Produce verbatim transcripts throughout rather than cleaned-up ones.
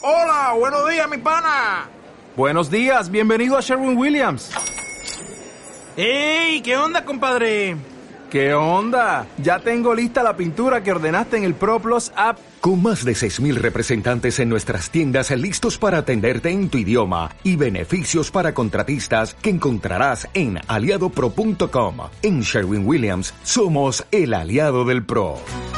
Hola, buenos días, mi pana. Buenos días, bienvenido a Sherwin-Williams. ¡Ey! ¿Qué onda, compadre? ¿Qué onda? Ya tengo lista la pintura que ordenaste en el ProPlus app. Con más de seis mil representantes en nuestras tiendas listos para atenderte en tu idioma y beneficios para contratistas que encontrarás en aliado pro punto com. En Sherwin-Williams somos el aliado del pro.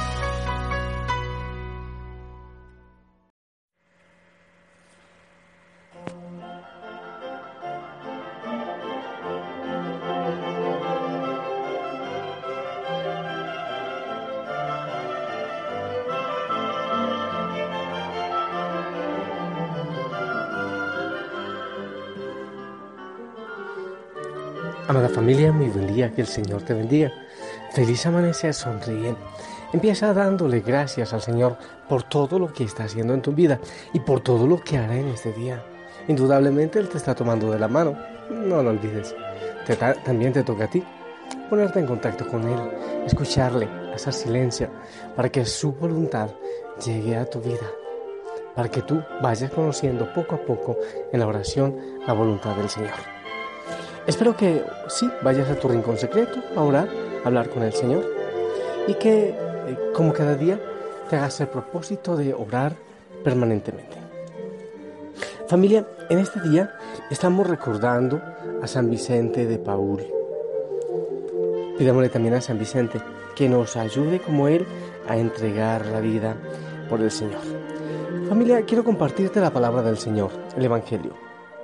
Amada familia, muy buen día, que el Señor te bendiga. Feliz amanecer, sonríe. Empieza dándole gracias al Señor por todo lo que está haciendo en tu vida y por todo lo que hará en este día. Indudablemente Él te está tomando de la mano, no lo olvides. Te ta- también te toca a ti ponerte en contacto con Él, escucharle, hacer silencio, para que su voluntad llegue a tu vida, para que tú vayas conociendo poco a poco en la oración la voluntad del Señor. Espero que sí vayas a tu rincón secreto a orar, a hablar con el Señor y que, eh, como cada día, te hagas el propósito de orar permanentemente. Familia, en este día estamos recordando a San Vicente de Paúl. Pidámosle también a San Vicente que nos ayude como él a entregar la vida por el Señor. Familia, quiero compartirte la palabra del Señor, el Evangelio.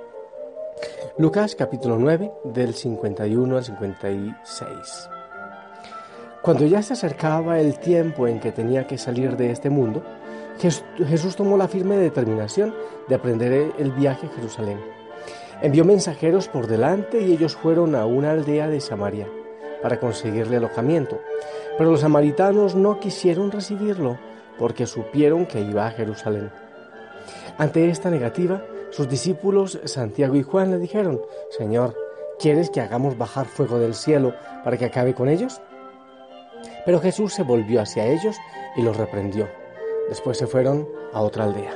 Lucas capítulo nueve, del cincuenta y uno al cincuenta y seis. Cuando ya se acercaba el tiempo en que tenía que salir de este mundo, Jesús tomó la firme determinación de emprender el viaje a Jerusalén. Envió mensajeros por delante y ellos fueron a una aldea de Samaria para conseguirle alojamiento. Pero los samaritanos no quisieron recibirlo porque supieron que iba a Jerusalén. Ante esta negativa, sus discípulos Santiago y Juan le dijeron: Señor, ¿quieres que hagamos bajar fuego del cielo para que acabe con ellos? Pero Jesús se volvió hacia ellos y los reprendió. Después se fueron a otra aldea.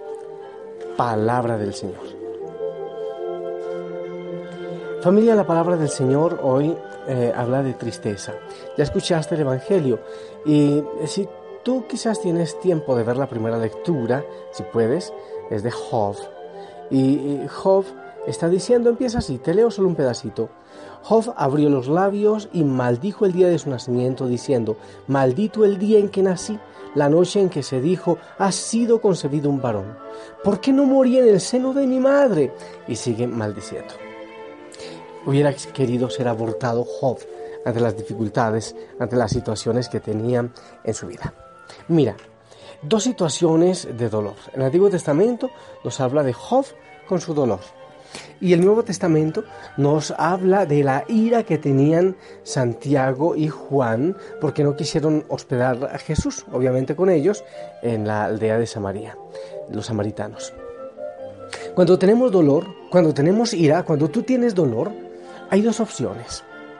Palabra del Señor. Familia, la palabra del Señor hoy eh, habla de tristeza. Ya escuchaste el Evangelio y si tú quizás tienes tiempo de ver la primera lectura, si puedes, es de Job. Y Job está diciendo, empieza así, te leo solo un pedacito. Job abrió los labios y maldijo el día de su nacimiento, diciendo: maldito el día en que nací, la noche en que se dijo, ha sido concebido un varón. ¿Por qué no morí en el seno de mi madre? Y sigue maldiciendo. Hubiera querido ser abortado Job ante las dificultades, ante las situaciones que tenía en su vida. Mira, dos situaciones de dolor. El Antiguo Testamento nos habla de Job con su dolor. Y el Nuevo Testamento nos habla de la ira que tenían Santiago y Juan porque no quisieron hospedar a Jesús, obviamente con ellos, en la aldea de Samaria, los samaritanos. Cuando tenemos dolor, cuando tenemos ira, cuando tú tienes dolor, hay dos opciones.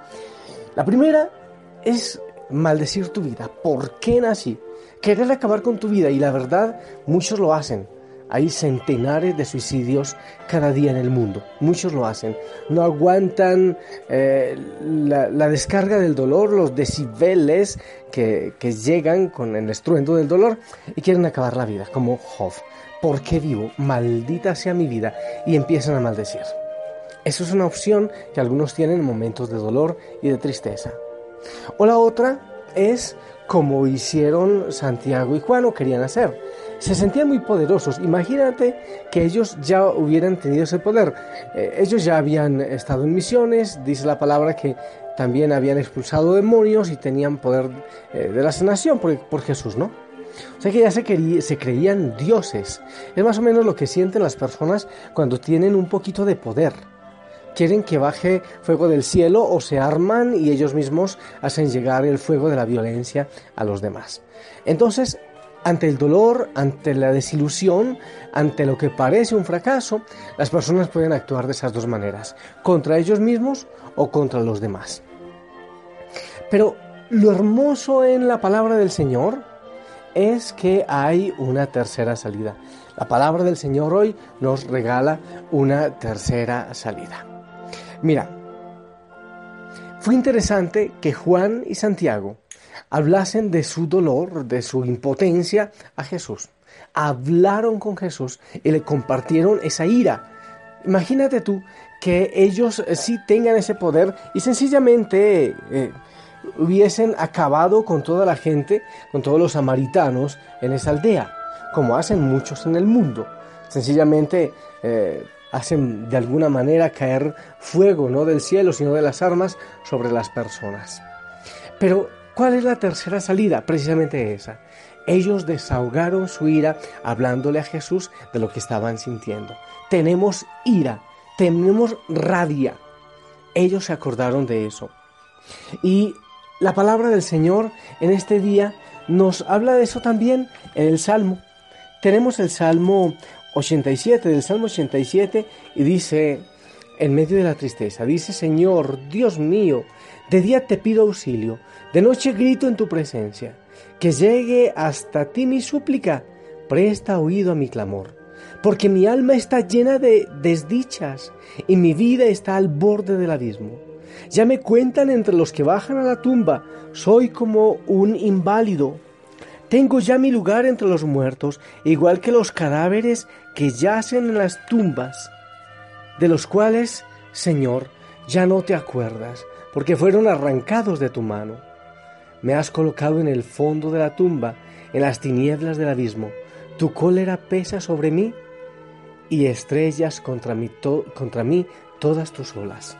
La primera es maldecir tu vida. ¿Por qué nací? Querer acabar con tu vida, y la verdad, muchos lo hacen. Hay centenares de suicidios cada día en el mundo. Muchos lo hacen. No aguantan eh, la, la descarga del dolor, los decibeles que, que llegan con el estruendo del dolor y quieren acabar la vida, como Job. ¿Por qué vivo? Maldita sea mi vida. Y empiezan a maldecir. Eso es una opción que algunos tienen en momentos de dolor y de tristeza. O la otra es como hicieron Santiago y Juan o querían hacer. Se sentían muy poderosos. Imagínate que ellos ya hubieran tenido ese poder. Eh, ellos ya habían estado en misiones, dice la palabra que también habían expulsado demonios y tenían poder eh, de la sanación por, por Jesús, ¿no? O sea que ya se, querí, se creían dioses. Es más o menos lo que sienten las personas cuando tienen un poquito de poder. Quieren que baje fuego del cielo o se arman y ellos mismos hacen llegar el fuego de la violencia a los demás. Entonces, ante el dolor, ante la desilusión, ante lo que parece un fracaso, las personas pueden actuar de esas dos maneras, contra ellos mismos o contra los demás. Pero lo hermoso en la palabra del Señor es que hay una tercera salida. La palabra del Señor hoy nos regala una tercera salida. Mira, fue interesante que Juan y Santiago hablasen de su dolor, de su impotencia a Jesús. Hablaron con Jesús y le compartieron esa ira. Imagínate tú que ellos sí tengan ese poder y sencillamente eh, hubiesen acabado con toda la gente, con todos los samaritanos en esa aldea, como hacen muchos en el mundo. Sencillamente eh, hacen de alguna manera caer fuego, no del cielo, sino de las armas sobre las personas. Pero, ¿cuál es la tercera salida? Precisamente esa. Ellos desahogaron su ira hablándole a Jesús de lo que estaban sintiendo. Tenemos ira, tenemos rabia. Ellos se acordaron de eso. Y la palabra del Señor en este día nos habla de eso también en el Salmo. Tenemos el Salmo ochenta y siete, del Salmo ochenta y siete, y dice, en medio de la tristeza, dice: Señor, Dios mío, de día te pido auxilio, de noche grito en tu presencia, que llegue hasta ti mi súplica, presta oído a mi clamor, porque mi alma está llena de desdichas y mi vida está al borde del abismo. Ya me cuentan entre los que bajan a la tumba, soy como un inválido. Tengo ya mi lugar entre los muertos, igual que los cadáveres que yacen en las tumbas, de los cuales, Señor, ya no te acuerdas, porque fueron arrancados de tu mano. Me has colocado en el fondo de la tumba, en las tinieblas del abismo. Tu cólera pesa sobre mí y estrellas contra mí, to- contra mí todas tus olas.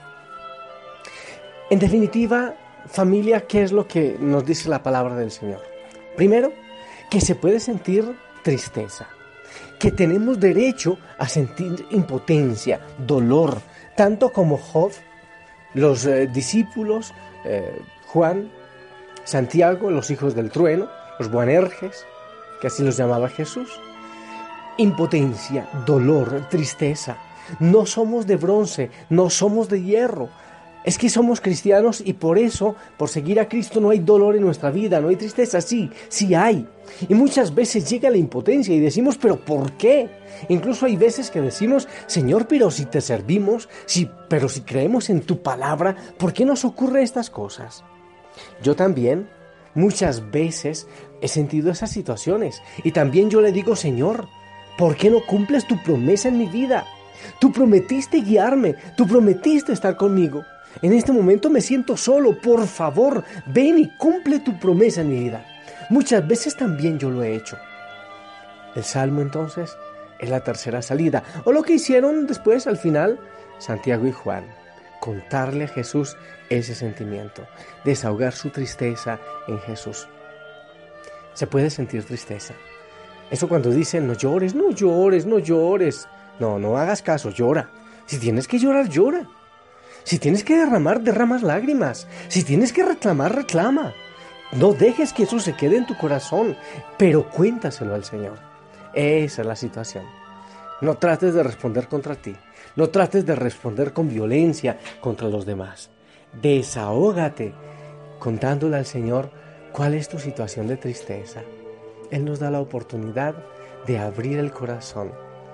En definitiva, familia, ¿qué es lo que nos dice la palabra del Señor? Primero, que se puede sentir tristeza, que tenemos derecho a sentir impotencia, dolor, tanto como Job, los eh, discípulos, eh, Juan, Santiago, los hijos del trueno, los Boanerges, que así los llamaba Jesús. Impotencia, dolor, tristeza. No somos de bronce, no somos de hierro. Es que somos cristianos y por eso, por seguir a Cristo, no hay dolor en nuestra vida, no hay tristeza. Sí, sí hay. Y muchas veces llega la impotencia y decimos, ¿pero por qué? Incluso hay veces que decimos, Señor, pero si te servimos, si, pero si creemos en tu palabra, ¿por qué nos ocurren estas cosas? Yo también muchas veces he sentido esas situaciones y también yo le digo, Señor, ¿por qué no cumples tu promesa en mi vida? Tú prometiste guiarme, tú prometiste estar conmigo. En este momento me siento solo, por favor, ven y cumple tu promesa en mi vida. Muchas veces también yo lo he hecho. El Salmo entonces es la tercera salida, o lo que hicieron después al final Santiago y Juan, contarle a Jesús ese sentimiento, desahogar su tristeza en Jesús. Se puede sentir tristeza. Eso cuando dicen, no llores, no llores, no llores. No, no hagas caso, llora. Si tienes que llorar, llora. Si tienes que derramar, derramas lágrimas. Si tienes que reclamar, reclama. No dejes que eso se quede en tu corazón, pero cuéntaselo al Señor. Esa es la situación. No trates de responder contra ti. No trates de responder con violencia contra los demás. Desahógate contándole al Señor cuál es tu situación de tristeza. Él nos da la oportunidad de abrir el corazón.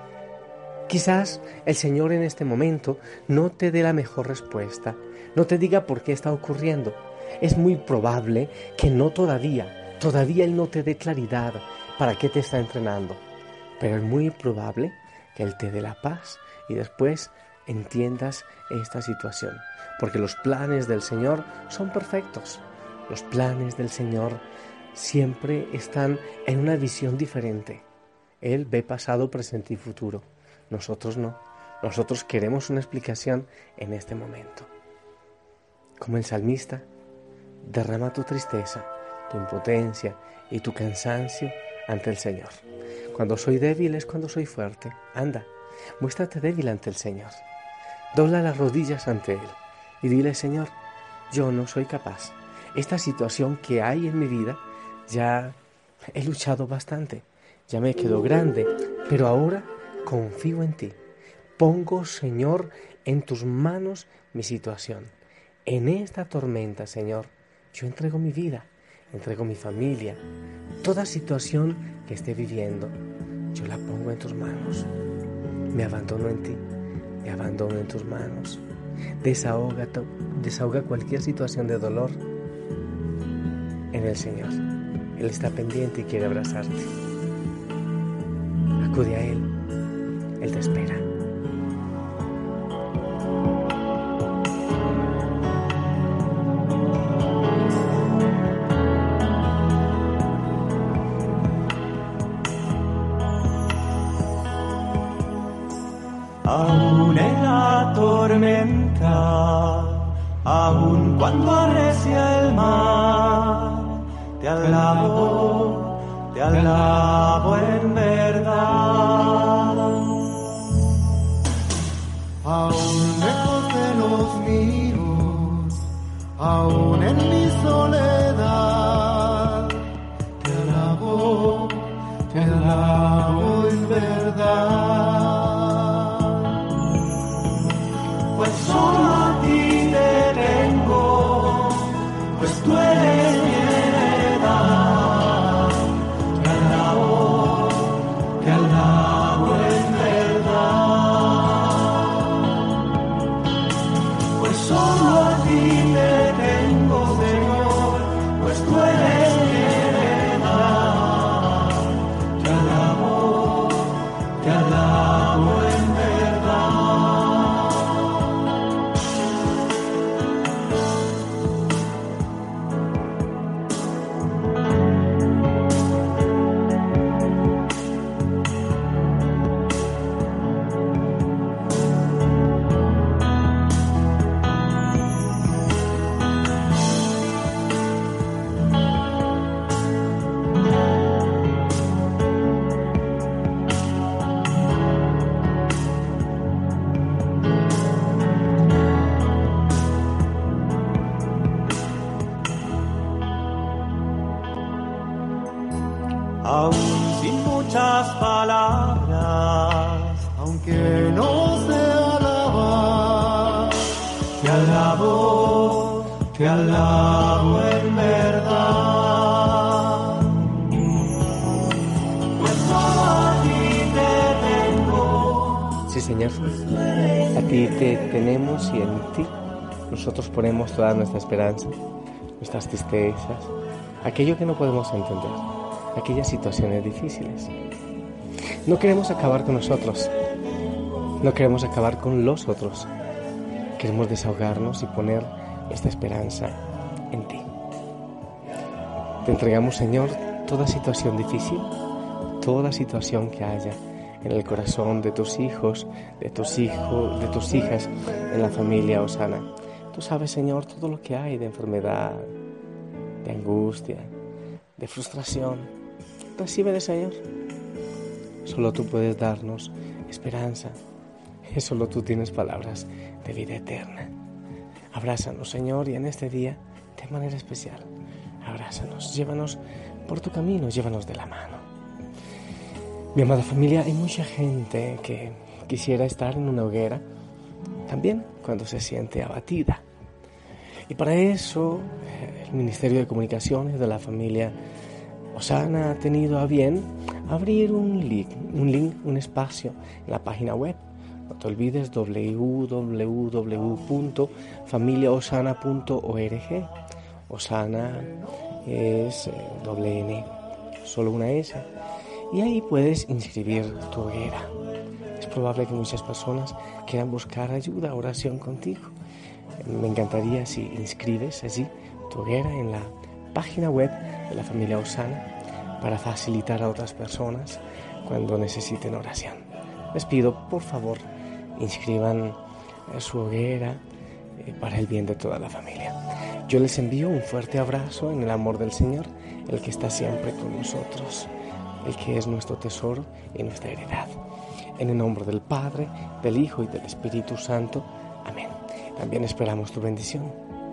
Quizás el Señor en este momento no te dé la mejor respuesta, no te diga por qué está ocurriendo. Es muy probable que no todavía, todavía Él no te dé claridad para qué te está entrenando, pero es muy probable que Él te dé la paz y después entiendas esta situación, porque los planes del Señor son perfectos. Los planes del Señor siempre están en una visión diferente. Él ve pasado, presente y futuro. Nosotros no. Nosotros queremos una explicación en este momento. Como el salmista, derrama tu tristeza, tu impotencia y tu cansancio ante el Señor. Cuando soy débil es cuando soy fuerte. Anda, muéstrate débil ante el Señor. Dobla las rodillas ante Él y dile, Señor, yo no soy capaz. Esta situación que hay en mi vida, ya he luchado bastante, ya me quedo grande, pero ahora confío en ti. Pongo, Señor, en tus manos mi situación. En esta tormenta, Señor, yo entrego mi vida. entrego mi familia, toda situación que esté viviendo, yo la pongo en tus manos. Me abandono en ti, me abandono en tus manos. Desahoga, desahoga cualquier situación de dolor en el Señor. Él está pendiente y quiere abrazarte. Acude a Él, Él te espera. Aún en la tormenta, aún cuando arrecia el mar, te alabo, te alabo en verdad. Aún lejos de los míos, aún en mi soledad, te alabo, te alabo en verdad. Pues solo a ti te tengo, pues tú eres mi heredad. Te alabo, te alabo en verdad. Pues solo a ti te tengo, Señor, pues tú eres mi heredad. Te alabo, te alabo en verdad. Aún sin muchas palabras, Aunque no sé alabar, te alabo, te alabo en verdad. Pues solo a ti te tengo. Sí, Señor, a ti te tenemos y en ti nosotros ponemos toda nuestra esperanza, nuestras tristezas, aquello que no podemos entender, aquellas situaciones difíciles. No queremos acabar con nosotros, no queremos acabar con los otros. Queremos desahogarnos y poner esta esperanza en ti. Te entregamos, Señor, toda situación difícil, toda situación que haya en el corazón de tus hijos, de tus hijos, de tus hijas, en la familia Osana. Tú sabes, Señor, todo lo que hay de enfermedad, de angustia, de frustración. Recíbele, Señor. Solo tú puedes darnos esperanza. Y solo tú tienes palabras de vida eterna. Abrázanos, Señor, y en este día, de manera especial, abrázanos, llévanos por tu camino, llévanos de la mano. Mi amada familia, hay mucha gente que quisiera estar en una hoguera, también cuando se siente abatida. Y para eso, el Ministerio de Comunicaciones de la familia Osana ha tenido a bien abrir un link, un link, un espacio en la página web. No te olvides, doble u doble u doble u punto familia osana punto org. Osana es eh, doble N, solo una S. Y ahí puedes inscribir tu hoguera. Es probable que muchas personas quieran buscar ayuda, oración contigo. Me encantaría si inscribes allí tu hoguera en la página web de la familia Osana para facilitar a otras personas cuando necesiten oración. Les pido, por favor, inscriban su hoguera eh, para el bien de toda la familia. Yo les envío un fuerte abrazo en el amor del Señor, el que está siempre con nosotros, el que es nuestro tesoro y nuestra heredad. En el nombre del Padre, del Hijo y del Espíritu Santo. Amén. También esperamos tu bendición.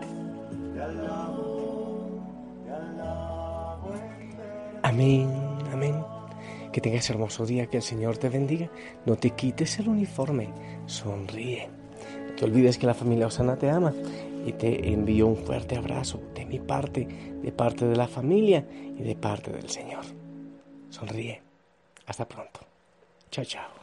Amén, amén. Que tengas hermoso día, que el Señor te bendiga. No te quites el uniforme, sonríe. No te olvides que la familia Osana te ama y te envío un fuerte abrazo de mi parte, de parte de la familia y de parte del Señor. Sonríe. Hasta pronto. Chao, chao.